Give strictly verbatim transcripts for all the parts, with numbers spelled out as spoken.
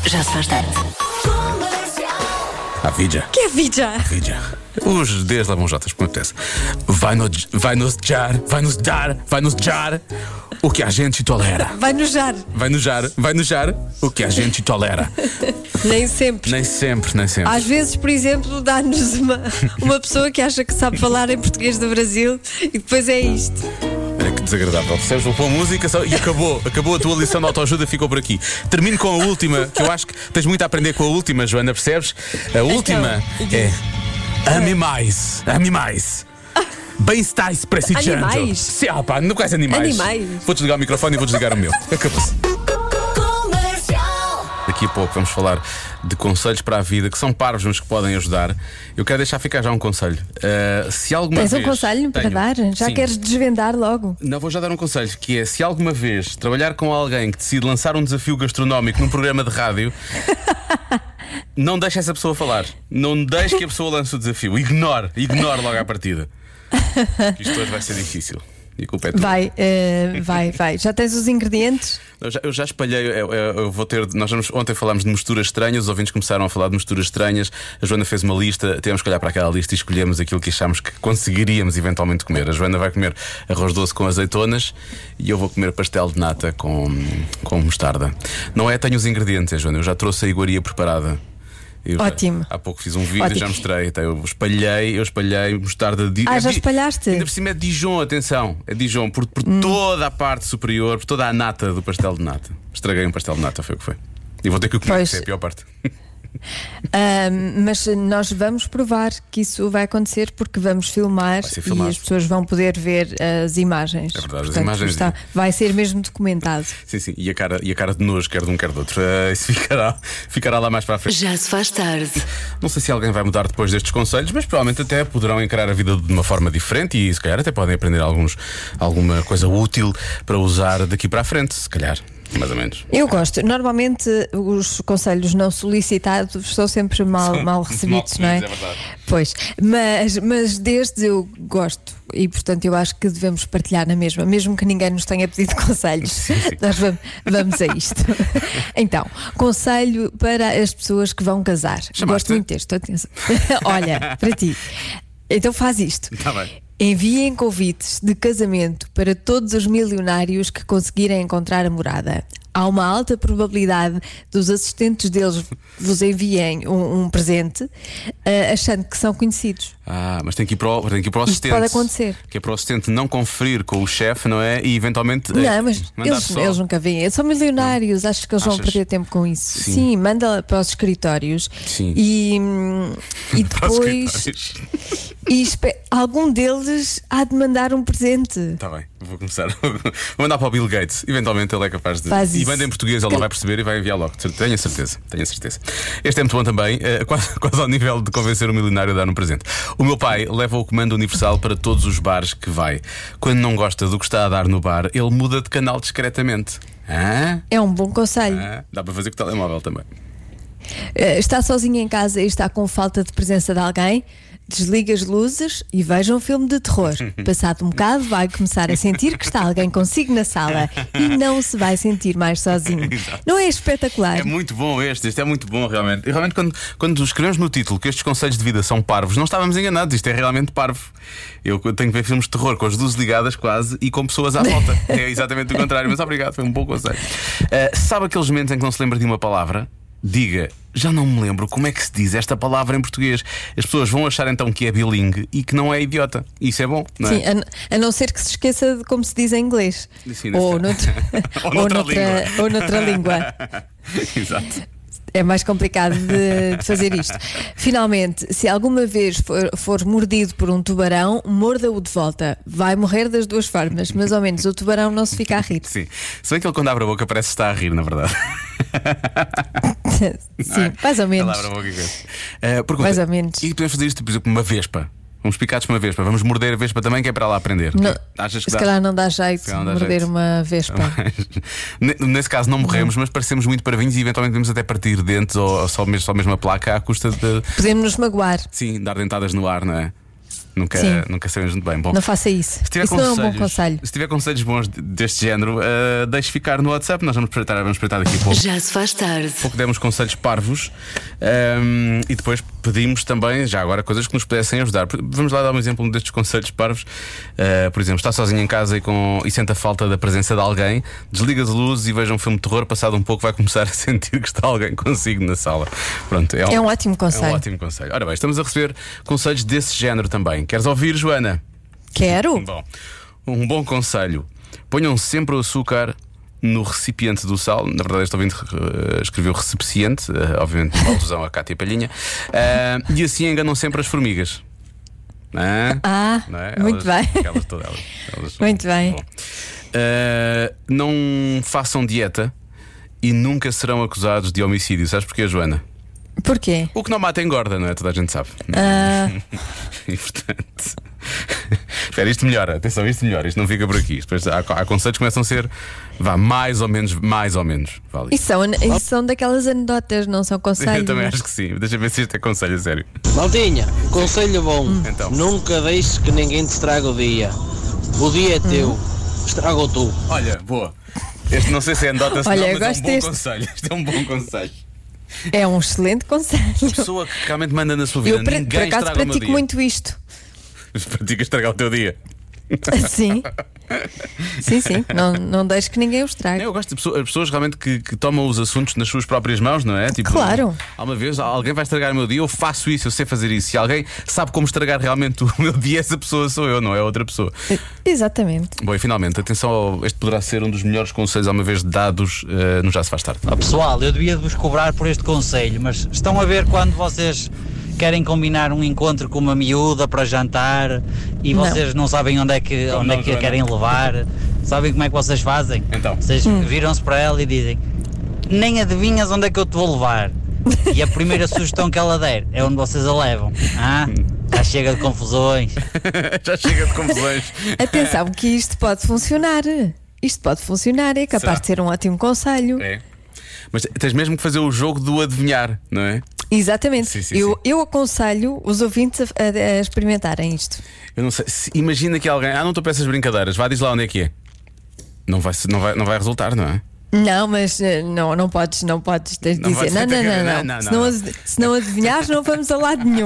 Já se faz tarde. A vida. Que é vida? Vida. Os Ds levam Jotas, como acontece. Vai, no, vai nos dar, vai nos dar, vai nos dar o que a gente tolera. Vai nojar. Vai nojar, vai nojar o que a gente tolera. Nem sempre. Nem sempre, nem sempre. Às vezes, por exemplo, dá-nos uma, uma pessoa que acha que sabe falar em português do Brasil e depois é isto. Olha que desagradável. Percebes? Vou pôr música só, e acabou. Acabou a tua lição de autoajuda, ficou por aqui. Termino com a última, que eu acho que tens muito a aprender com a última, Joana, percebes? A última então, é ame mais, ame mais. Bem-estais precisando. Animais? Sim, ah, pá, não quais animais. Animais. Vou desligar o microfone e vou desligar o meu. Acabou-se. Daqui a pouco vamos falar de conselhos para a vida que são parvos, mas que podem ajudar. Eu quero deixar ficar já um conselho. Uh, se alguma Tens vez... um conselho para Tenho. dar? Já Sim. queres desvendar logo? Não, vou já dar um conselho, que é: se alguma vez trabalhar com alguém que decide lançar um desafio gastronómico num programa de rádio, não deixe essa pessoa falar. Não deixe que a pessoa lance o desafio. Ignore, ignore logo à partida. Que isto hoje vai ser difícil. E a culpa é tua. Vai, uh, vai, vai. Já tens os ingredientes? Eu já, eu já espalhei, eu, eu, eu vou ter. Nós vamos, ontem falámos de misturas estranhas, os ouvintes começaram a falar de misturas estranhas. A Joana fez uma lista, temos que olhar para aquela lista e escolhemos aquilo que achámos que conseguiríamos eventualmente comer. A Joana vai comer arroz doce com azeitonas e eu vou comer pastel de nata com, com mostarda. Não é? Tenho os ingredientes, Joana. Eu já trouxe a iguaria preparada. Eu Ótimo. Já, há pouco fiz um vídeo, Ótimo. já mostrei. Então, eu espalhei, eu espalhei mostarda de. Ah, é já di- espalhaste? Ainda por cima é Dijon, atenção. É Dijon, por, por Hum. toda a parte superior, por toda a nata do pastel de nata. Estraguei um pastel de nata, foi o que foi. E vou ter que o comer, Pois. que é a pior parte. Ahm, mas nós vamos provar que isso vai acontecer porque vamos filmar Vai ser e filmado. as pessoas vão poder ver as imagens. É verdade, as Portanto, imagens- está- vai ser mesmo documentado. Sim, sim. E a cara, e a cara de nojo, quer de um, quer de outro. Eh, isso ficará, ficará lá mais para a frente. Já se faz tarde. Não sei se alguém vai mudar depois destes conselhos, mas provavelmente até poderão encarar a vida de uma forma diferente e se calhar até podem aprender alguns, alguma coisa útil para usar daqui para a frente, se calhar. Mais ou menos. Eu gosto. Normalmente os conselhos não solicitados são sempre mal, São mal mal recebidos, não é? recebidos, é verdade. Pois, mas, mas destes eu gosto e portanto eu acho que devemos partilhar na mesma, mesmo que ninguém nos tenha pedido conselhos. Sim, sim. Nós vamos, vamos a isto. Então, conselho para as pessoas que vão casar. Chamaste? Gosto muito deste. Atenção. Olha, para ti. Então faz isto. Está bem. Enviem convites de casamento para todos os milionários que conseguirem encontrar a morada. Há uma alta probabilidade dos assistentes deles vos enviem um, um presente, ah, achando que são conhecidos. Ah, mas tem que ir para o, tem que ir para o Isto assistente. pode acontecer. Que é para o assistente não conferir com o chefe, não é? E eventualmente. eh, Não, mas mandar eles, só. eles nunca vêm. São milionários, acho que eles vão Achas? perder tempo com isso. Sim. Sim, manda para os escritórios. Sim. E, hum, e Para os depois. escritórios. E espe- algum deles há de mandar um presente. Está bem, vou começar. Vou mandar para o Bill Gates. Eventualmente ele é capaz de. Faz E isso. manda em português, ele não vai perceber e vai enviar logo. Tenho a certeza. Tenho a certeza. Este é muito bom também, eh, quase, quase ao nível de convencer o milionário a dar um presente. O meu pai leva o comando universal para todos os bares que vai. Quando não gosta do que está a dar no bar, ele muda de canal discretamente. Hã? É um bom conselho. Hã? Dá para fazer com o telemóvel também. Uh, está sozinho em casa e está com falta de presença de alguém, desliga as luzes e veja um filme de terror. Passado um bocado vai começar a sentir que está alguém consigo na sala e não se vai sentir mais sozinho. Não é espetacular? É muito bom este, este é muito bom realmente. E realmente quando, quando escrevemos no título que estes conselhos de vida são parvos, não estávamos enganados, isto é realmente parvo. Eu tenho que ver filmes de terror com as luzes ligadas quase e com pessoas à volta. É exatamente o contrário, mas obrigado, foi um bom conselho. Uh, sabe aqueles momentos em que não se lembra de uma palavra? Diga, já não me lembro como é que se diz esta palavra em português. As pessoas vão achar então que é bilingue e que não é idiota. Isso é bom, não é? Sim, a, n- a não ser que se esqueça de como se diz em inglês. Sim, nesse ou, caso. noutra, Ou noutra língua. ou noutra língua. Exato. É mais complicado de, de fazer isto. Finalmente, se alguma vez for, for mordido por um tubarão, morda-o de volta. Vai morrer das duas formas, mas ao menos o tubarão não se fica a rir. Sim. Se bem que ele quando abre a boca parece que está a rir, na verdade. Sim, mais ou menos. Ele abre a boca e coisa. Uh, pergunta, Mais ou menos. E podemos fazer isto, por exemplo, uma vespa. Vamos picados com uma vespa. Vamos morder a vespa também, que é para ela aprender. Não, Achas que se dá? calhar não dá jeito Se calhar de não dá morder jeito. uma vespa. Mas, nesse caso não morremos, mas parecemos muito parvinhos e eventualmente podemos até partir dentes ou, ou só, mesmo, só mesmo a placa à custa de, Podemos nos magoar. sim, dar dentadas no ar, não é? Nunca, nunca sabemos muito bem. Bom, não faça isso. Isso não é um bom conselho. Se tiver conselhos bons deste género, uh, deixe ficar no WhatsApp. Nós vamos espreitar, vamos espreitar daqui a pouco. Já se faz tarde. Pouco demos conselhos parvos um, e depois pedimos também, já agora, coisas que nos pudessem ajudar. Vamos lá dar um exemplo destes conselhos parvos. Uh, por exemplo, está sozinho em casa e, com, e sente a falta da presença de alguém, desliga as luzes e veja um filme de terror. Passado um pouco, vai começar a sentir que está alguém consigo na sala. Pronto, é um, é um ótimo conselho. É um ótimo conselho. Ora bem, estamos a receber conselhos desse género também. Queres ouvir, Joana? Quero. Bom, um bom conselho: ponham sempre o açúcar no recipiente do sal. Na verdade, este ouvinte uh, escreveu recipiente, uh, obviamente, uma alusão a Cátia Palhinha. Uh, e assim enganam sempre as formigas. Ah, ah não é? muito elas, bem. Elas, todas, elas, elas muito bem. Bom. Uh, não façam dieta e nunca serão acusados de homicídio. Sabes porquê, Joana? Porquê? O que não mata engorda, não é? Toda a gente sabe. Ah. E portanto. Espera, isto melhora, atenção, isto melhora, isto não fica por aqui. Depois há, há conceitos que começam a ser, vá, mais ou menos, mais ou menos. Vale. Isso são, isso são daquelas anedotas, não são conselhos. Eu também acho que sim. Deixa eu ver se isto é conselho a sério. Maldinha, conselho bom. Hum. Então. Nunca deixes que ninguém te estraga o dia. O dia é teu, hum. estraga-o tu. Olha, boa. Este não sei se é anedota, Olha, não, mas é um bom deste. conselho. Isto é um bom conselho. É um excelente conselho. A pessoa que realmente manda na sua vida. Eu, por, ninguém por acaso, estraga o meu pratico dia. muito isto. Pratica estragar o teu dia. Sim. Sim, sim. Não, não deixes que ninguém o estrague. Eu gosto de pessoas, pessoas realmente que, que tomam os assuntos nas suas próprias mãos, não é? Tipo, claro. Há uma vez alguém vai estragar o meu dia, eu faço isso, eu sei fazer isso. Se alguém sabe como estragar realmente o meu dia, essa pessoa sou eu, não é outra pessoa. Exatamente. Bom, e finalmente, atenção, ao, este poderá ser um dos melhores conselhos alguma vez dados uh, no Já Se Faz Tarde. Oh, pessoal, eu devia vos cobrar por este conselho, mas estão a ver quando vocês querem combinar um encontro com uma miúda para jantar e não. vocês não sabem onde é que, onde não, é que a querem levar? Sabem como é que vocês fazem? Então. Vocês hum. viram-se para ela e dizem: nem adivinhas onde é que eu te vou levar. E a primeira sugestão que ela der é onde vocês a levam. Ah, já chega de confusões. Já chega de confusões. Atenção que isto pode funcionar. Isto pode funcionar, é capaz Será? de ser um ótimo conselho. É. Mas tens mesmo que fazer o jogo do adivinhar, não é? Exatamente. Sim, sim, eu, sim. eu aconselho os ouvintes a, a, a experimentarem isto. Eu não sei. Se, imagina que alguém. Ah, não estou para essas brincadeiras. Vá, diz lá onde é que é. Não vai, não vai, não vai resultar, não é? Não, mas não, não podes, não podes dizer. Não, não, não, não, não, não. Se, não, não. se não adivinhares, não vamos a lado nenhum.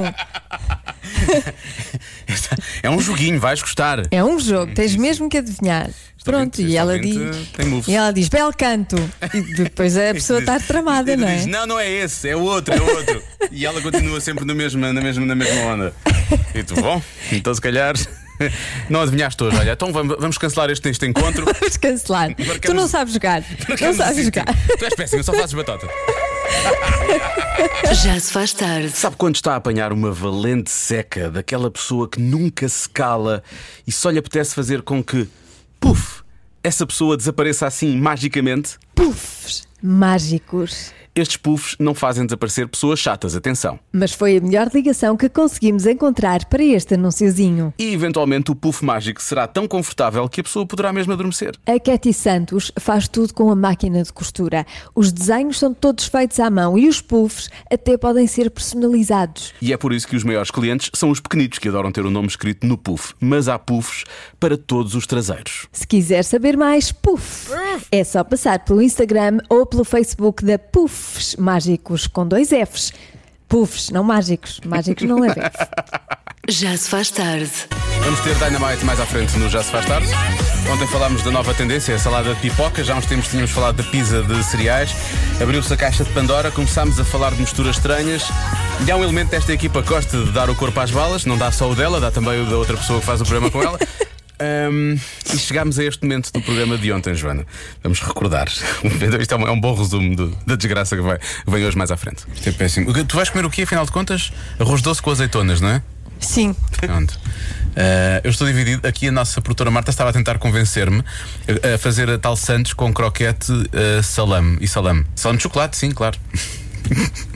É um joguinho, vais gostar. É um jogo, tens mesmo que adivinhar. Pronto, e ela, diz, e ela diz belo canto. E depois a pessoa está tramada, não é? Diz, não, não é esse, é o outro, é o outro. E ela continua sempre no mesmo, na, mesma, na mesma onda. E tu, bom, então se calhar não adivinhaste hoje. Olha, então vamos, vamos cancelar este, este encontro. Vamos cancelar. Marcamos, tu não sabes jogar. Não sabes jogar. Tu és péssimo, só fazes batota. Já se faz tarde. Sabe quando está a apanhar uma valente seca daquela pessoa que nunca se cala e só lhe apetece fazer com que, puf, essa pessoa desapareça assim magicamente? Pufs mágicos. Estes puffs não fazem desaparecer pessoas chatas, atenção. Mas foi a melhor ligação que conseguimos encontrar para este anunciozinho. E eventualmente o puff mágico será tão confortável que a pessoa poderá mesmo adormecer. A Katy Santos faz tudo com a máquina de costura. Os desenhos são todos feitos à mão e os puffs até podem ser personalizados. E é por isso que os maiores clientes são os pequenitos que adoram ter o nome escrito no puff. Mas há puffs para todos os traseiros. Se quiser saber mais, puff, é só passar pelo Instagram ou pelo Facebook da Puff Mágicos com dois Fs. Puffs, não mágicos. Mágicos não leva F. Já se faz tarde. Vamos ter Dynamite mais à frente no Já Se Faz Tarde. Ontem falámos da nova tendência, a salada de pipoca. Já há uns tempos tínhamos falado da pizza de cereais. Abriu-se a caixa de Pandora, começámos a falar de misturas estranhas. E há um elemento desta equipa que gosta de dar o corpo às balas. Não dá só o dela, dá também o da outra pessoa que faz o programa com ela. Um, e chegámos a este momento do programa de ontem, Joana. Vamos recordar. Isto é um, é um bom resumo do, da desgraça que vai, vem hoje mais à frente. Isto é péssimo. Tu vais comer o quê, afinal de contas? Arroz doce com azeitonas, não é? Sim. Pronto. Uh, eu estou dividido. Aqui a nossa produtora Marta estava a tentar convencer-me a, a fazer a tal Santos com croquete, uh, salame e salame. Salame de chocolate, sim, claro.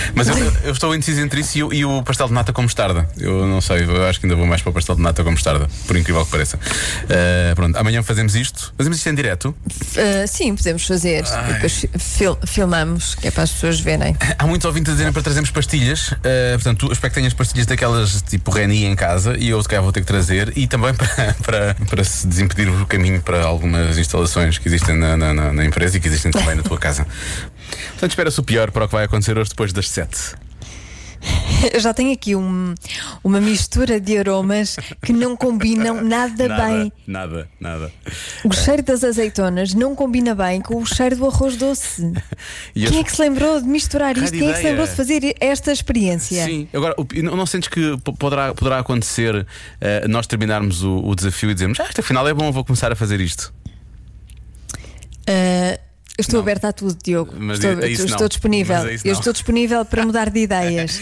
Mas eu, eu estou indeciso entre isso e, o- e o pastel de nata com mostarda. Eu não sei, eu acho que ainda vou mais para o pastel de nata com mostarda, por incrível que pareça. Uh, pronto, amanhã fazemos isto. Fazemos isto em direto. Uh, sim, podemos fazer. Ai. Depois fil- filmamos, que é para as pessoas verem. Há muitos ouvintes a dizerem para trazermos pastilhas. uh, Portanto, tu, eu espero que tenhas pastilhas daquelas tipo Reni em casa. E eu se calhar vou ter que trazer. E também para, para, para se desimpedir o caminho para algumas instalações que existem na, na, na- na empresa e que existem também na tua casa. Portanto, espera-se o pior para o que vai acontecer hoje depois das sete. Eu já tenho aqui um- uma mistura de aromas que não combinam nada, bem. Nada, nada. O cheiro das azeitonas não combina bem com o cheiro do arroz doce. E Quem eu- é que se lembrou de misturar Rara isto? Quem é que se ideia. lembrou de fazer esta experiência? Sim, agora o- não, não sentes que po- poderá, poderá acontecer eh, nós terminarmos o, o desafio e dizermos: ah, isto afinal é bom, eu vou começar a fazer isto. Uh, eu estou Não. aberta a tudo, Diogo. Mas estou, é isso estou não. disponível. Mas é isso eu não. estou disponível para mudar de ideias.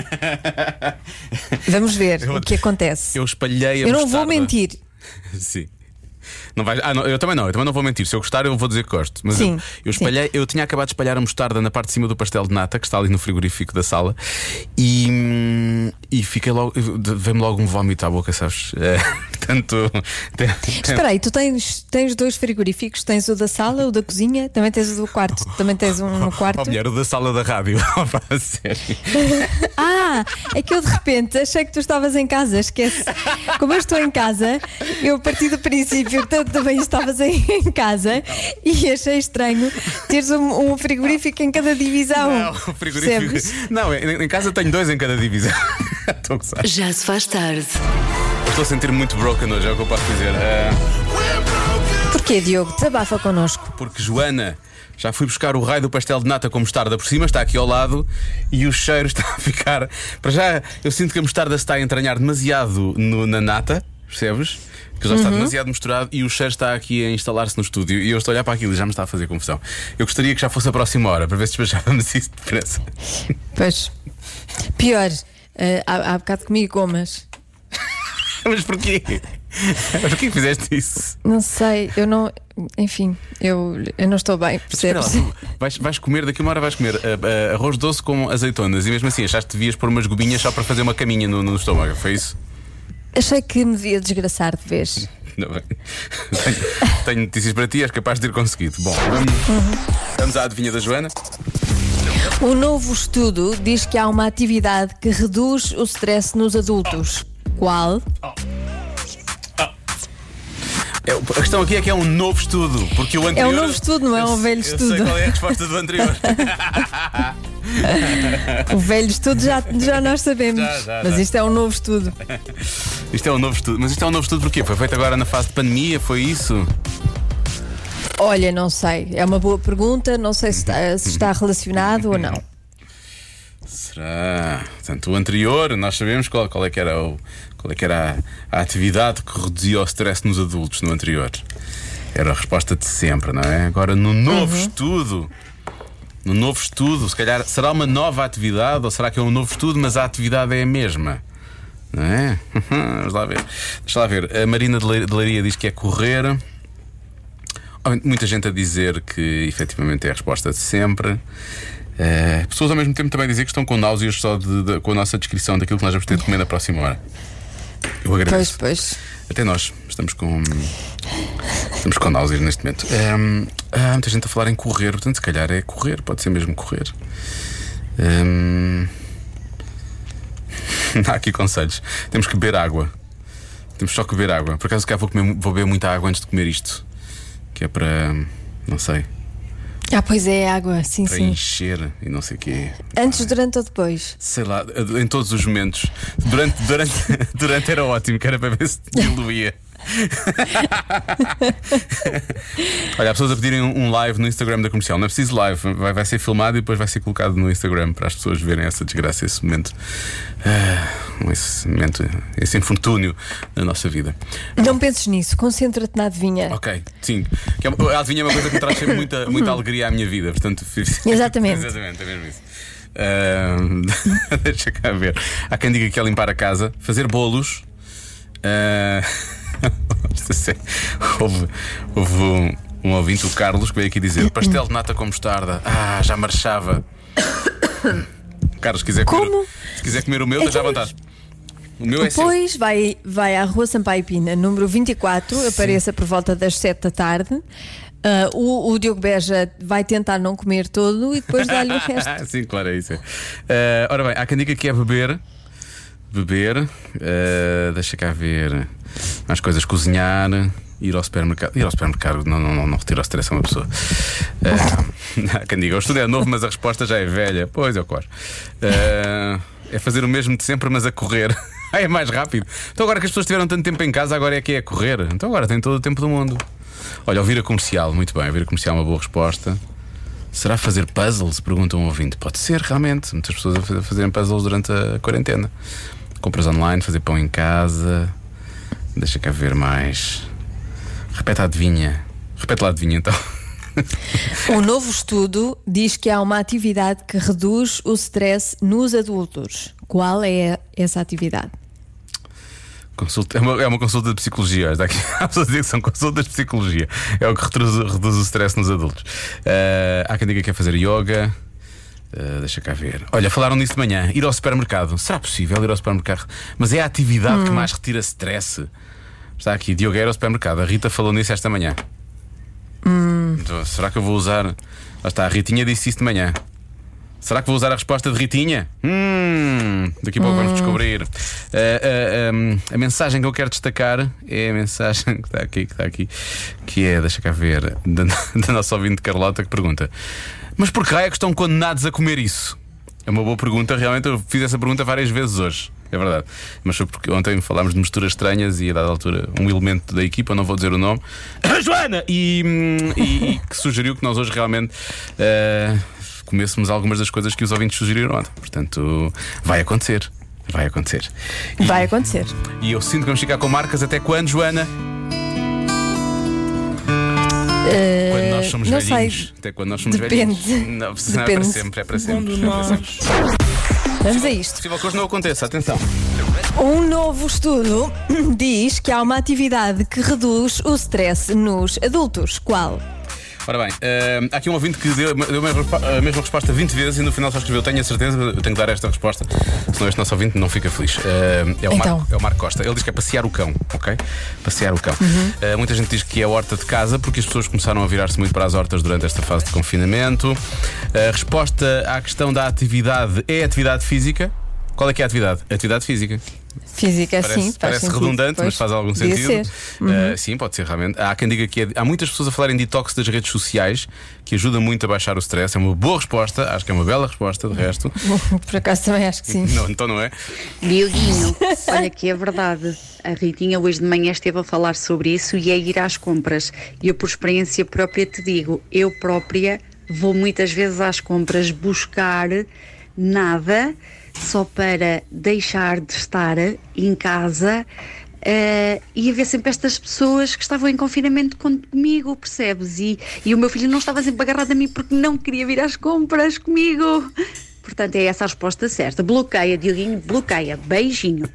Vamos ver Eu- o que acontece. Eu espalhei a Eu não vou mostarda. mentir. Sim. Não vais... ah, não, eu também não, eu também não vou mentir. Se eu gostar, eu vou dizer que gosto. Mas Sim, eu, eu espalhei, eu tinha acabado de espalhar a mostarda na parte de cima do pastel de nata, que está ali no frigorífico da sala, e, hum, e fiquei logo. Veio-me logo um vómito à boca, sabes? É, portanto. tem- tem- Espera aí, tu tens, tens dois frigoríficos, tens o da sala, o da cozinha, também tens o do quarto, também tens um no quarto. Ou melhor, o da sala da rádio. A sério. Ah, é que eu de repente achei que tu estavas em casa, esquece. Como eu estou em casa, eu parti do princípio que tu também estavas aí em casa e achei estranho teres um, um frigorífico em cada divisão. Não, o frigorífico. Percebes? Não, em, em casa tenho dois em cada divisão. Estou a gozar. Já se faz tarde. Eu Estou a sentir muito broken hoje, é o que eu posso dizer. Ah, Porquê, Diogo? Desabafa connosco. porque Joana. Já fui buscar o raio do pastel de nata com mostarda por cima, está aqui ao lado, e o cheiro está a ficar. Para já, eu sinto que a mostarda se está a entranhar demasiado no- na nata, percebes? Que já está demasiado misturado e o cheiro está aqui a instalar-se no estúdio. E eu estou a olhar para aquilo e já me está a fazer confusão. Eu gostaria que já fosse a próxima hora para ver se despachávamos isso depressa. Pois. Pior, eh, há, há bocado comigo gomas. Mas porquê? Porquê que fizeste isso? Não sei, eu não. Enfim, eu, eu não estou bem, Espera lá, percebes? tu vais, vais comer, daqui a uma hora vais comer ah, ah, arroz doce com azeitonas e mesmo assim achaste que devias pôr umas gobinhas só para fazer uma caminha no, no estômago, foi isso? Achei que me devia desgraçar de vez. Não, bem. tenho, tenho notícias para ti, és capaz de ter conseguido. Bom, vamos, vamos à adivinha da Joana. Um novo estudo diz que há uma atividade que reduz o stress nos adultos. Qual? É, a questão aqui é que é um novo estudo, porque o anterior. É um novo estudo, não é um eu- velho eu estudo. sei qual é a resposta do anterior. O velho estudo já, já nós sabemos. Já, já, mas já. isto é um novo estudo. Isto é um novo estudo. Mas isto é um novo estudo porquê? Foi feito agora na fase de pandemia? Foi isso? Olha, não sei. É uma boa pergunta. Não sei se está, se está relacionado ou não. Será? Portanto, o anterior, nós sabemos qual, qual é que era, o, qual é que era a, a atividade que reduzia o stress nos adultos no anterior. Era a resposta de sempre, não é? Agora, no novo estudo, no novo estudo, se calhar será uma nova atividade ou será que é um novo estudo, mas a atividade é a mesma? Não é? Vamos lá ver. Deixa lá ver. A Marina de Le- de Leiria diz que é correr. Obviamente, muita gente a dizer que efetivamente é a resposta de sempre. Eh, pessoas ao mesmo tempo também a dizer que estão com náuseas só de, de- com a nossa descrição daquilo que nós vamos ter de comer na próxima hora. Eu Pois, agradeço. pois. Até nós estamos com Estamos com náuseas neste momento. Ehm, Há muita gente a falar em correr, portanto, se calhar é correr, pode ser mesmo correr. Ehm, Há aqui conselhos. Temos que beber água. Temos só que beber água. Por acaso, se calhar vou, comer, vou beber muita água antes de comer isto. Que é para. Não sei. Ah, pois é, água, sim, Para sim. encher e não sei o quê. Antes, durante ou depois? Sei lá, em todos os momentos. Durante, durante, durante era ótimo, que era para ver se diluía. Olha, há pessoas a pedirem um live no Instagram da comercial. Não é preciso live, vai, vai ser filmado e depois vai ser colocado no Instagram para as pessoas verem essa desgraça, esse momento, ah, esse momento, esse infortúnio na nossa vida. Não penses nisso, concentra-te na adivinha. Ok, sim. Que é uma- a adivinha é uma coisa que me traz sempre muita, muita alegria à minha vida. Portanto, Exatamente. Exatamente, é mesmo isso. Ahm, deixa cá ver. Há quem diga que é limpar a casa, fazer bolos. Ah, houve houve um, um ouvinte, o Carlos, que veio aqui dizer: pastel de nata com mostarda. Ah, já marchava. Carlos, se quiser comer, Como? o- se quiser comer o meu, esteja à vontade. O meu é seu. Depois vai, vai à Rua Sampaio Pina, número vinte e quatro, apareça por volta das sete da tarde. Ah, o, o Diogo Beja vai tentar não comer todo e depois dá-lhe o resto. Sim, claro, é isso. Ah, ora bem, há quem diga que é beber. Beber. ah, deixa cá ver. Mais coisas, cozinhar. Ir ao supermercado. Ir ao supermercado não, não, não, não retira o stress a uma pessoa. Ah, há quem diga, o estudo é novo, mas a resposta já é velha. Pois, eu quase. Ah, é fazer o mesmo de sempre, mas a correr. É mais rápido. Então agora que as pessoas tiveram tanto tempo em casa, agora é que é correr. Então agora tem todo o tempo do mundo. Olha, ouvir a comercial, muito bem, ouvir a comercial é uma boa resposta. Será fazer puzzles? Pergunta um ouvinte. Pode ser, realmente. Muitas pessoas a fazerem puzzles durante a quarentena. Compras online, fazer pão em casa. Deixa cá ver mais. Repete a adivinha. Repete lá a adivinha então. Um novo estudo diz que há uma atividade que reduz o stress nos adultos. Qual é essa atividade? Consulta, é, uma, é uma consulta de psicologia. Está aqui. Há pessoas a dizer que são consultas de psicologia. É o que reduz, reduz o stress nos adultos. Uh, há quem diga que quer fazer yoga. Uh, deixa cá ver. Olha, falaram nisso de manhã. Ir ao supermercado. Será possível ir ao supermercado? Mas é a atividade hum. que mais retira stress. Está aqui, Diogo, ir ao supermercado. A Rita falou nisso esta manhã. Hum. Então, será que eu vou usar? Lá está, a Ritinha disse isso de manhã. Será que vou usar a resposta de Ritinha? Hum, daqui a pouco hum. vamos descobrir. Uh, uh, um, a mensagem que eu quero destacar é a mensagem que está aqui, que está aqui, que é, deixa cá ver, da, da nossa ouvinte Carlota, que pergunta: mas por que raio é que estão condenados a comer isso? É uma boa pergunta, realmente eu fiz essa pergunta várias vezes hoje. É verdade, mas foi porque ontem falámos de misturas estranhas e a dada altura um elemento da equipa, não vou dizer o nome, Joana, e, e, e que sugeriu que nós hoje realmente uh, comêssemos algumas das coisas que os ouvintes sugeriram ontem. Portanto, vai acontecer. Vai acontecer. Vai e, acontecer. E eu sinto que vamos ficar com marcas até quando, Joana? Uh, quando nós somos não velhinhos. sei. Até quando nós somos Depende. velhinhos. Não, não Depende. é para sempre, é para sempre. É para sempre. Vamos a isto. Possível que hoje não aconteça, atenção. Um novo estudo diz que há uma atividade que reduz o stress nos adultos. Qual? Ora bem, uh, há aqui um ouvinte que deu, deu a, mesma, a mesma resposta vinte vezes e no final só escreveu: tenho a certeza, eu tenho que dar esta resposta, senão este nosso ouvinte não fica feliz. Uh, é, o então. Marco, é o Marco Costa. Ele diz que é passear o cão, ok? Passear o cão. Uhum. Uh, muita gente diz que é a horta de casa, porque as pessoas começaram a virar-se muito para as hortas durante esta fase de confinamento. A resposta à questão da atividade é a atividade física. Qual é que é a atividade? A atividade física. Física, parece, sim, faz parece sentido, redundante, pois. mas faz algum Podia sentido. ser. Uhum. Uh, sim, pode ser realmente. Há quem diga que é, há muitas pessoas a falarem de detox das redes sociais, que ajuda muito a baixar o stress. É uma boa resposta, acho que é uma bela resposta, de resto. Por acaso também acho que sim. Não, então não é? Dioguinho, olha que é verdade. A Ritinha hoje de manhã esteve a falar sobre isso e é ir às compras. E eu, por experiência própria, te digo, eu própria vou muitas vezes às compras buscar nada só para deixar de estar em casa uh, e haver sempre estas pessoas que estavam em confinamento comigo, percebes? E, e o meu filho não estava sempre agarrado a mim porque não queria vir às compras comigo. Portanto, é essa a resposta certa. Bloqueia, Dioguinho, bloqueia. Beijinho.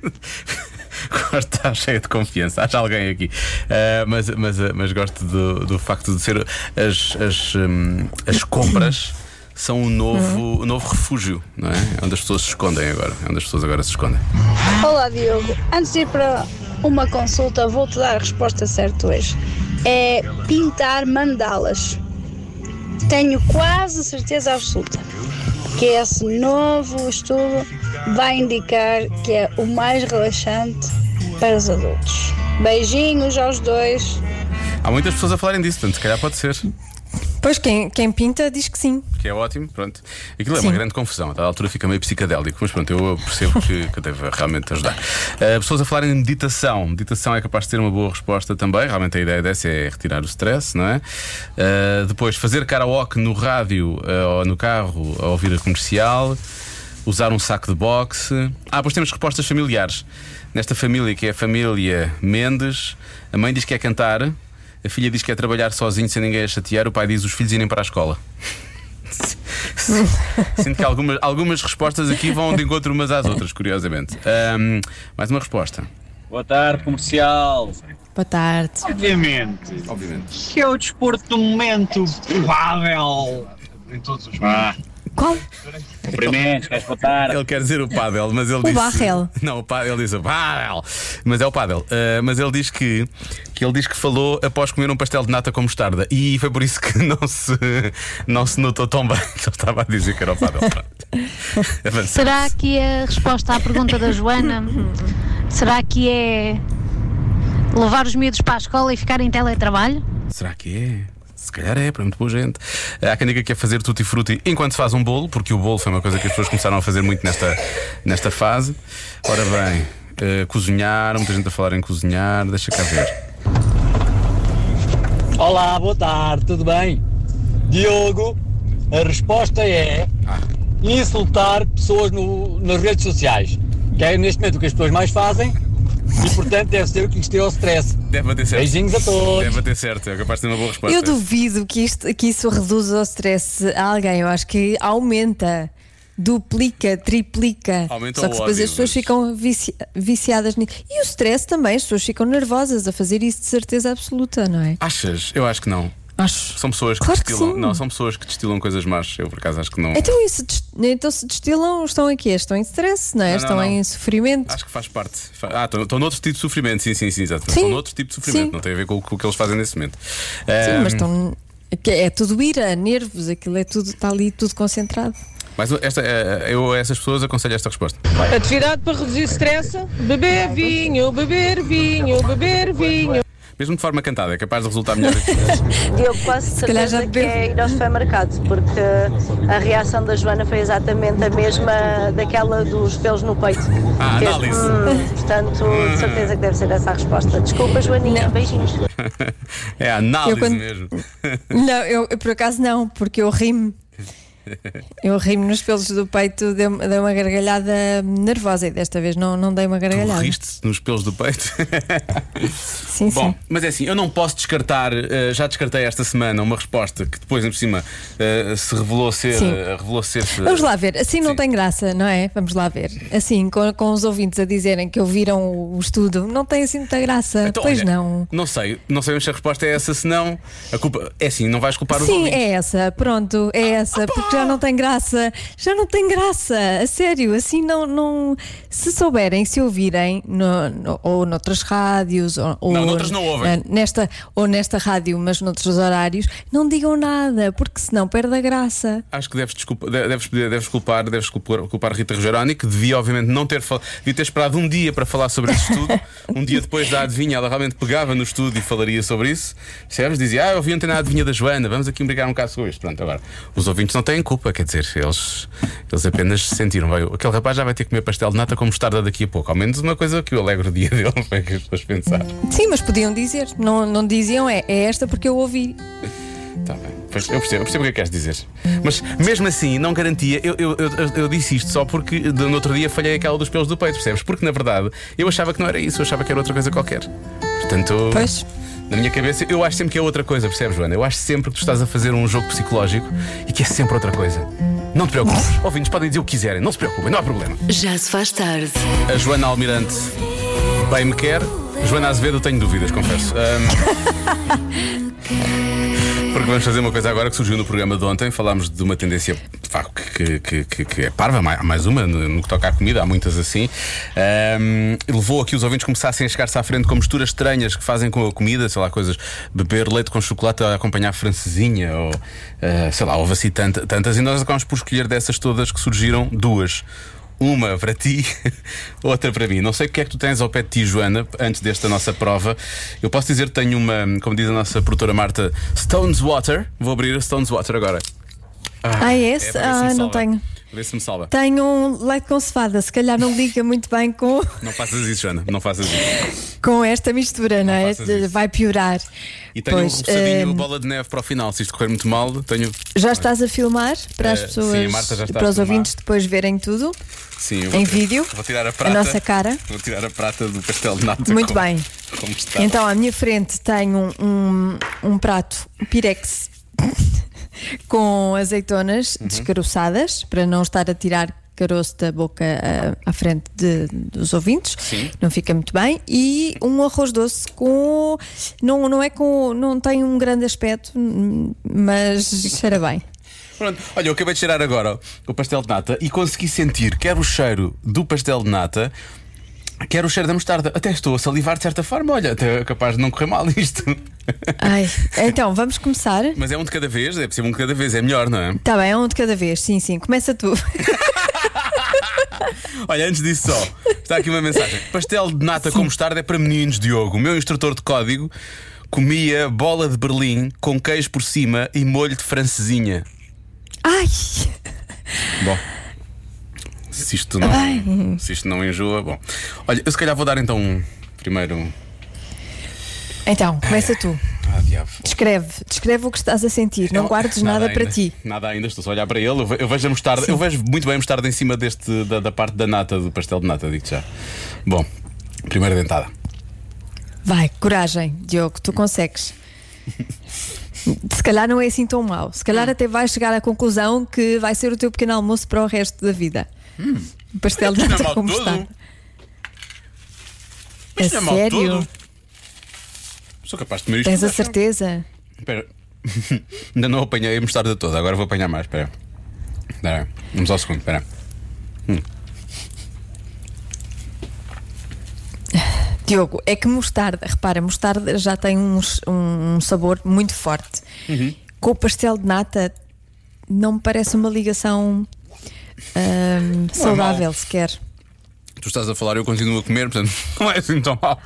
Agora está cheio de confiança. Há alguém aqui. Uh, mas, mas, mas gosto do, do facto de ser as, as, um, as compras. São um novo, um novo refúgio, não é? É onde as pessoas se escondem agora. É onde as pessoas agora se escondem. Olá, Diogo. Antes de ir para uma consulta, vou-te dar a resposta certa hoje. É pintar mandalas. Tenho quase certeza absoluta que esse novo estudo vai indicar que é o mais relaxante para os adultos. Beijinhos aos dois. Há muitas pessoas a falarem disso, portanto, se calhar pode ser. Pois quem, quem pinta diz que sim. Que é ótimo, pronto. Aquilo é Sim. uma grande confusão. A dada altura fica meio psicadélico, mas pronto, eu percebo que, que deve realmente ajudar. Uh, pessoas a falarem de meditação. Meditação é capaz de ter uma boa resposta também. Realmente a ideia dessa é retirar o stress, não é? Uh, depois, fazer karaoke no rádio uh, ou no carro, a ouvir a comercial. Usar um saco de boxe. Ah, depois temos respostas familiares. Nesta família, que é a família Mendes, a mãe diz que é cantar. A filha diz que é trabalhar sozinho sem ninguém a chatear. O pai diz os filhos irem para a escola. Sinto que algumas, algumas respostas aqui vão de encontro umas às outras, curiosamente. um, Mais uma resposta. Boa tarde, comercial. Boa tarde. Obviamente, Obviamente. que é o desporto do momento provável em todos os ah, Qual? Cumprimentos, queres botar? Ele quer dizer o pádel, mas ele O disse. barrel. Não, o pádel, ele diz o pádel. Mas é o pádel. Uh, mas ele diz que, que ele diz que falou após comer um pastel de nata com mostarda. E foi por isso que não se, não se notou tão bem que ele estava a dizer que era o pádel. Será que a resposta à pergunta da Joana, será que é levar os miúdos para a escola e ficar em teletrabalho? Será que é? Se calhar é, para muito boa gente. Há quem diga que é fazer tutti frutti enquanto se faz um bolo, porque o bolo foi uma coisa que as pessoas começaram a fazer muito nesta, nesta fase. Ora bem, uh, cozinhar, muita gente a falar em cozinhar, deixa cá ver. Olá, boa tarde, tudo bem? Diogo, a resposta é Ah. insultar pessoas no, nas redes sociais, que é neste momento o que as pessoas mais fazem. E portanto deve ser o que lhes tirou o stress. Deve bater certo. Beijinhos a todos. Deve bater certo, é capaz de ter uma boa resposta. Eu duvido que, isto, que isso reduza o stress a alguém. Eu acho que aumenta, duplica, triplica. Aumenta Só o que depois ódio, as pessoas mas- ficam vici- viciadas nisso. E o stress também, as pessoas ficam nervosas a fazer isso de certeza absoluta, não é? Achas? Eu acho que não. Acho. São pessoas que Claro que destilam. sim. Não, são pessoas que destilam coisas más. Eu por acaso acho que não. Então, isso, des- então se destilam, estão aqui, estão em stress, não é? Não, não, estão não. em sofrimento. Acho que faz parte. Fa- Ah, estão, estão noutro tipo de sofrimento, sim, sim, sim, exato. Sim. Estão noutro tipo de sofrimento, Sim. não tem a ver com, o- com o que eles fazem nesse momento. Sim, Ahm, mas estão. que É tudo ira, nervos, aquilo é tudo, está ali tudo concentrado. Mas esta, eh, eu a essas pessoas aconselho esta resposta. Atividade para reduzir stress: beber vinho, beber vinho, beber vinho. Mesmo de forma cantada, é capaz de resultar melhor. Eu quase calhar já certeza que bebeu. é ir ao supermercado, porque a reação da Joana foi exatamente a mesma daquela dos pelos no peito. Ah, Fez, análise. hum, portanto, de certeza que deve ser essa a resposta. Desculpa, Joaninha, beijinhos. É a análise Eu quando- mesmo. Não, eu, eu por acaso não, porque eu rimo. Eu rimo nos pelos do peito, dei, dei uma gargalhada nervosa e desta vez não, não dei uma Tu gargalhada. riste nos pelos do peito. Sim, Bom, sim. mas é assim, eu não posso descartar, eh, já descartei esta semana uma resposta que depois, por cima, eh, se revelou ser. Sim. eh, revelou ser Vamos lá ver, assim não Sim. tem graça, não é? Vamos lá ver. Assim, com, com os ouvintes a dizerem que ouviram o, o estudo, não tem assim muita graça. Então, pois olha, não. Não sei, não sabemos se a resposta é essa, senão a culpa é assim, não vais culpar os Sim, ouvintes. é essa, pronto, é essa, porque já não tem graça, já não tem graça, a sério, assim não, não se souberem, se ouvirem, no, no- ou noutras rádios, ou, ou Não, noutras não ouvem. eh, nesta, ou nesta rádio, mas noutros horários, não digam nada, porque senão perde a graça. Acho que deves, desculpa, de- deves, deves culpar, deves culpar, culpar Rita Rogeroni, que devia, obviamente, não ter fal... devia ter esperado um dia para falar sobre esse estudo. Um dia depois da adivinha, ela realmente pegava no estudo e falaria sobre isso. Percebes? Dizia, ah, eu vi ontem na adivinha da Joana, vamos aqui brincar um bocado sobre isto. Pronto, agora, os ouvintes não têm culpa, quer dizer, eles, eles apenas se sentiram. Vai, aquele rapaz já vai ter que comer pastel de nata com mostarda daqui a pouco. Ao menos uma coisa que eu alegro o dia dele, foi o que as pessoas pensaram. Sim, mas podiam dizer, não, não diziam, é, é esta porque eu ouvi. Tá bem. Pois, eu percebo, eu percebo o que é que queres dizer. Mas mesmo assim, não garantia. Eu, eu, eu, eu disse isto só porque de- no outro dia falhei aquela dos pelos do peito, percebes? Porque na verdade eu achava que não era isso, eu achava que era outra coisa qualquer. Portanto, Pois. na minha cabeça, eu acho sempre que é outra coisa, percebes, Joana? Eu acho sempre que tu estás a fazer um jogo psicológico e que é sempre outra coisa. Não te preocupes. Ouvintes podem dizer o que quiserem, não se preocupem, não há problema. Já se faz tarde. A Joana Almirante bem me quer. Joana Azevedo, eu tenho dúvidas, confesso. Ahm, Porque vamos fazer uma coisa agora que surgiu no programa de ontem. Falámos de uma tendência pá, que, que, que, que é parva, mais mais uma no, no que toca à comida, há muitas assim. Ahm, levou a que os ouvintes começassem a chegar-se à frente com misturas estranhas que fazem com a comida, sei lá, coisas, beber leite com chocolate a acompanhar francesinha, ou ah, sei lá, houve assim tanta- tantas, e nós acabamos por escolher dessas todas que surgiram duas. Uma para ti, outra para mim. Não sei o que é que tu tens ao pé de ti, Joana, antes desta nossa prova. Eu posso dizer que tenho uma, como diz a nossa produtora Marta, Stones Water. Vou abrir a Stones Water agora. Ah, é esse? para ver se me Ah, não salva. tenho. Vê se me salva. Tenho um leite com cevada, se calhar não liga muito bem com, Não faças isso, Joana. Não faças isso. com esta mistura, não, é? faças isso. Vai piorar. E tenho Pois, um roçadinho hum, bola de neve para o final. Se isto correr muito mal, tenho. Já estás a filmar para as Eh, pessoas sim, a Marta já e está para a os filmar. ouvintes depois verem tudo Sim, eu em vou, vídeo, vou tirar a a prata. nossa cara. Vou tirar a prata do pastel de nata. Muito com- bem. Como está. Então, à minha frente tenho um, um, um prato Pirex com azeitonas Uhum. descaroçadas, para não estar a tirar caroço da boca ah, à frente de- dos ouvintes. Sim. Não fica muito bem. E um arroz doce com. Não, não é com. Não tem um grande aspecto, hum, mas cheira bem. Pronto. Olha, eu acabei de cheirar agora o pastel de nata e consegui sentir quer o cheiro do pastel de nata, quer o cheiro da mostarda. Até estou a salivar de certa forma. Olha, até é capaz de não correr mal isto. Ai, então, vamos começar? Mas é um de cada vez, é possível um de cada vez, é melhor, não é? Está bem, é um de cada vez, sim, sim. Começa tu. Olha, antes disso só, está aqui uma mensagem. Pastel de nata com mostarda é para meninos, Diogo. O meu instrutor de código comia bola de Berlim com queijo por cima e molho de francesinha. Ai! Bom, se isto não, Ai. se isto não enjoa, bom. Olha, eu se calhar vou dar então um, primeiro um... Então, começa tu. Ah, diabo. Descreve, descreve o que estás a sentir. Não guardes nada, ainda, para ti. Nada ainda, estou só a olhar para ele. Eu ve- Eu vejo a mostarda, eu vejo muito bem a mostarda em cima deste, da, da parte da nata, do pastel de nata, digo já. Bom, primeira dentada. Vai, coragem, Diogo, tu consegues. Se calhar não é assim tão mau. Se calhar até vais chegar à conclusão que vai ser o teu pequeno almoço para o resto da vida. Hum. Um pastel de Isto não é nata mau com todo. mostarda. Mas isto A não é mau sério? todo. Sou capaz de comer isto. Tens a certeza? Espera. Ainda não apanhei a mostarda toda, agora vou apanhar mais. Espera. Espera. Vamos ao segundo, espera. Hum. Diogo, é que mostarda, repara, mostarda já tem um, um sabor muito forte. Uhum. Com o pastel de nata não me parece uma ligação ahm, saudável mau. sequer. Tu estás a falar, eu continuo a comer, portanto não é assim tão mal.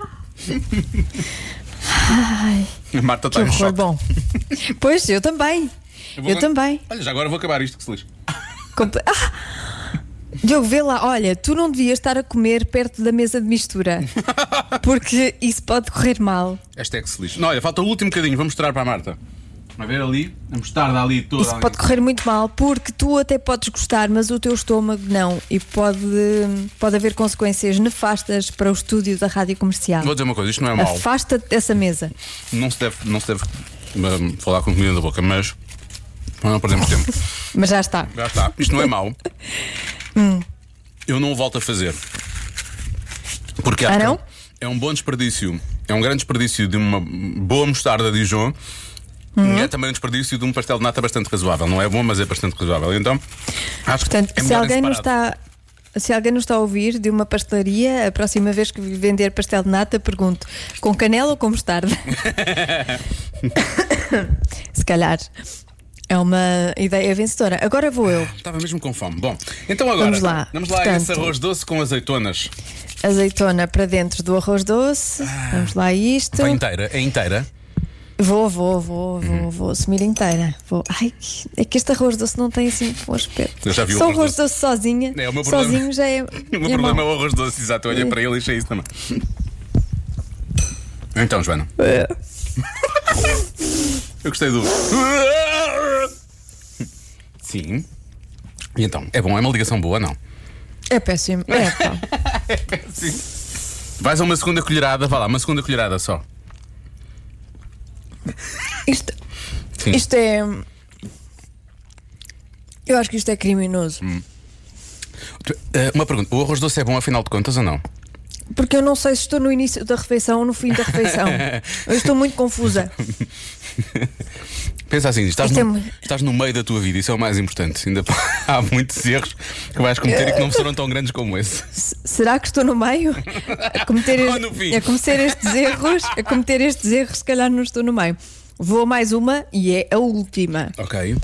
Ai, A Marta que está em horror, choque. bom. Pois, eu também. vou Eu con- também. Olha, já agora vou acabar isto, que se lixe. Comple- Ah! Diogo, vê lá, olha, tu não devias estar a comer perto da mesa de mistura, porque isso pode correr mal. Esta é que se lixe. Não, olha, falta o último bocadinho, vou mostrar para a Marta. A ver ali, a mostarda ali toda. Isso ali. pode correr muito mal, porque tu até podes gostar, mas o teu estômago não. E pode, pode haver consequências nefastas para o estúdio da rádio comercial. Vou dizer uma coisa, isto não é mau. Afasta-te dessa mesa. Não se deve, não se deve hum, falar com comida na boca, mas não perdemos tempo. Mas já está. Já está. Isto não é mau. Hum. Eu não o volto a fazer. Porque acho Ah, que não? é um bom desperdício. É um grande desperdício de uma boa mostarda de Dijon. Hum. E é também um desperdício de um pastel de nata bastante razoável. Não é bom, mas é bastante razoável. Então, acho Portanto, que é se melhor em alguém nos separado. está. Se alguém nos está a ouvir de uma pastelaria, a próxima vez que vender pastel de nata, pergunto: com canela ou com mostarda? Se calhar é uma ideia vencedora. Agora vou eu. Estava mesmo com fome. Bom, então agora Vamos lá. Vamos lá a Portanto, esse arroz doce com azeitonas. Azeitona para dentro do arroz doce. Vamos lá a isto. Vai inteira? É inteira? Vou, vou, vou, vou, vou assumir inteira. Vou. Ai, é que este arroz doce não tem assim um aspecto. Eu já vi o Só arroz arroz doce, sozinha. É, o meu problema- sozinho já é. O meu é problema mau. é o arroz doce, exato. Eu olhei para ele e achei isso também. Então, Joana. Eu gostei do. Sim. E então, é bom, é uma ligação boa, não? É péssimo. É, pá. Sim. Vais a uma segunda colherada, vá lá, uma segunda colherada só. Isto, Sim. isto é. Eu acho que isto é criminoso. Tu- eh, Uma pergunta: o arroz doce é bom afinal de contas ou não? Porque eu não sei se estou no início da refeição ou no fim da refeição. Eu estou muito confusa. Pensa assim, estás Isto é no, muito- estás no meio da tua vida, isso é o mais importante. Ainda há muitos erros que vais cometer e que não serão tão grandes como esse. S- Será que estou no meio? A cometer, Ou no fim. a cometer estes erros, a cometer estes erros, se calhar não estou no meio. Vou a mais uma e é a última. Ok.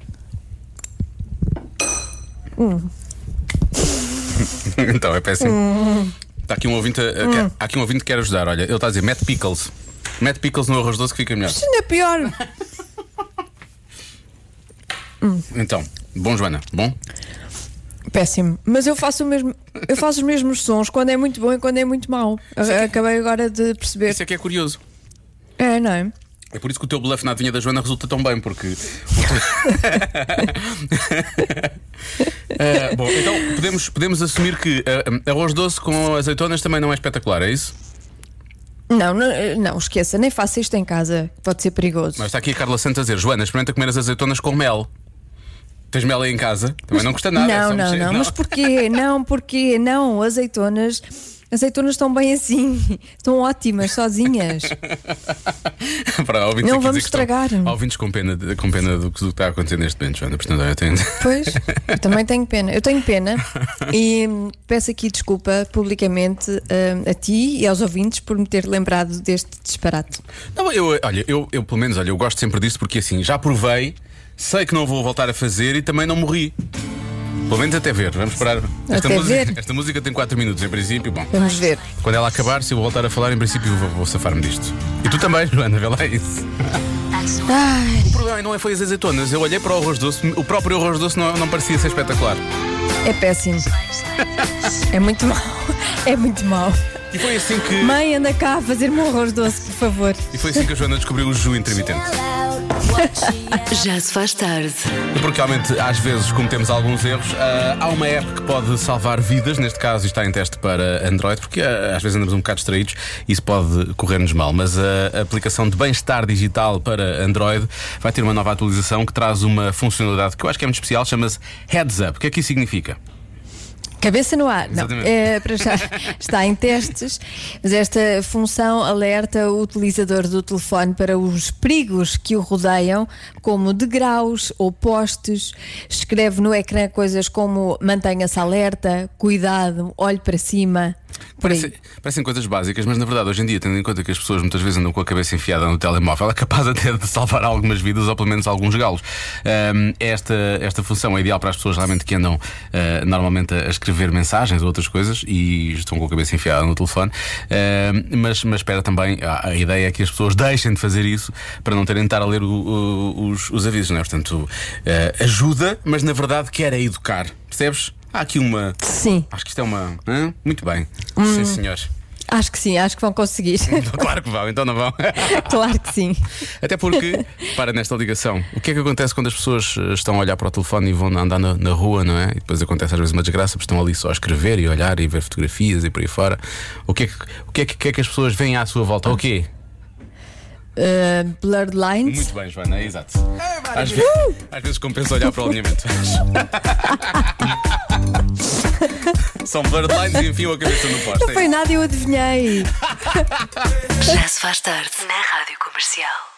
Hum. Então é péssimo. Hum. Está aqui um ouvinte, a- a- Hum. há aqui um ouvinte que quer ajudar. Olha, ele está a dizer: mete pickles. Mete pickles no arroz doce que fica melhor. Isto ainda é pior. Então, bom, Joana, bom? Péssimo. Mas eu faço o mesmo, eu faço os mesmos sons quando é muito bom e quando é muito mau. Acabei agora de perceber. Isso é que é curioso. É, não é? É por isso que o teu bluff na adivinha da Joana resulta tão bem, porque. Eh, bom, então podemos, podemos assumir que eh, arroz doce com azeitonas também não é espetacular, é isso? Não, não, não, esqueça, nem faça isto em casa, pode ser perigoso. Mas está aqui a Carla Santos a dizer: Joana, experimenta comer as azeitonas com mel. Tens mel aí em casa? Também não custa nada. é Não, só não, mexer. não, mas porquê? Não, porquê? Não, azeitonas Azeitonas estão bem assim, estão ótimas, sozinhas. Para, ouvintes não aqui vamos dizer que estragar. Estão, ouvintes com pena, de- com pena do que do que está a acontecer neste momento, Joana. Portanto, eu tenho... Pois, eu também tenho pena. Eu tenho pena e hum, peço aqui desculpa publicamente hum, a ti e aos ouvintes por me ter lembrado deste disparate. Não, eu, olha, eu, eu pelo menos, olha, eu gosto sempre disto porque assim, já provei, sei que não vou voltar a fazer e também não morri. Pelo menos até ver, vamos esperar. Esta, Até música, ver? esta música tem quatro minutos, em princípio. Bom, Vamos ver. quando ela acabar, se eu voltar a falar, em princípio vou, vou safar-me disto. E tu também, Joana, vê lá isso. Ai, O problema não é foi as azeitonas. Eu olhei para o arroz doce, o próprio arroz doce não, não parecia ser espetacular. é péssimo. É muito mau. É muito mau. E foi assim que. Mãe, anda cá a fazer-me um arroz doce, por favor. E foi assim que a Joana descobriu o jejum intermitente. Já se faz tarde. Porque realmente às vezes cometemos alguns erros. Ah, há uma app que pode salvar vidas, neste caso está em teste para Android, porque ah, às vezes andamos um bocado distraídos e isso pode correr-nos mal. Mas a aplicação de bem-estar digital para Android vai ter uma nova atualização que traz uma funcionalidade que eu acho que é muito especial, chama-se Heads Up. O que é que isso significa? Cabeça no ar. Não, Exatamente. é, para já está em testes, mas esta função alerta o utilizador do telefone para os perigos que o rodeiam, como degraus ou postes. Escreve no ecrã coisas como mantenha-se alerta, cuidado, olhe para cima. Por aí. Parece, parecem coisas básicas, mas na verdade hoje em dia, tendo em conta que as pessoas muitas vezes andam com a cabeça enfiada no telemóvel, é capaz até de salvar algumas vidas ou pelo menos alguns galos. Um, esta, esta função é ideal para as pessoas realmente que andam uh, normalmente a escrever mensagens ou outras coisas e estão com a cabeça enfiada no telefone. Uh, mas, mas espera também, a, a ideia é que as pessoas deixem de fazer isso para não terem de estar a ler o, o, os, os avisos, não é? Portanto, uh, ajuda, mas na verdade quer é educar, percebes? Há aqui uma. Sim. Acho que isto é uma. Hã? Muito bem. Hum. Sim, senhores. Acho que sim, acho que vão conseguir. Claro que vão, então não vão. Claro que sim. Até porque, para nesta ligação, o que é que acontece quando as pessoas estão a olhar para o telefone e vão andar na, na rua, não é? E depois acontece às vezes uma desgraça, porque estão ali só a escrever e a olhar e ver fotografias e por aí fora. O que é que, o que, é que, que é que as pessoas veem à sua volta? O quê? Uh, blurred lines. Muito bem, Joana, é exato. Às, ve uh! às vezes compensa olhar para o alinhamento. São blurred lines e enfiam a cabeça no poste. Não foi nada, eu adivinhei. Já se faz tarde na Rádio Comercial.